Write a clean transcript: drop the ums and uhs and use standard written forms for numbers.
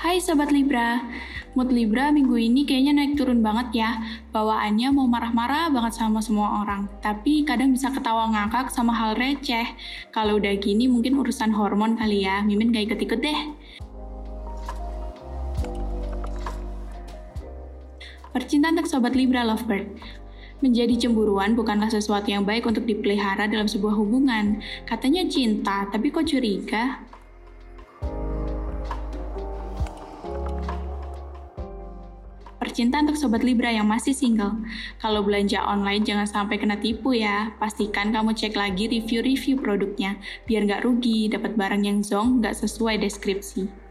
Hai Sobat Libra, mood Libra minggu ini kayaknya naik turun banget ya. Bawaannya mau marah-marah banget sama semua orang, tapi kadang bisa ketawa ngakak sama hal receh. Kalau udah gini mungkin urusan hormon kali ya, Mimin gak ikut-ikut deh. Percintaan untuk Sobat Libra Lovebird. Menjadi cemburuan bukanlah sesuatu yang baik untuk dipelihara dalam sebuah hubungan. Katanya cinta, tapi kok curiga? Percintaan untuk Sobat Libra yang masih single. Kalau belanja online jangan sampai kena tipu ya. Pastikan kamu cek lagi review-review produknya, biar nggak rugi, dapat barang yang zonk nggak sesuai deskripsi.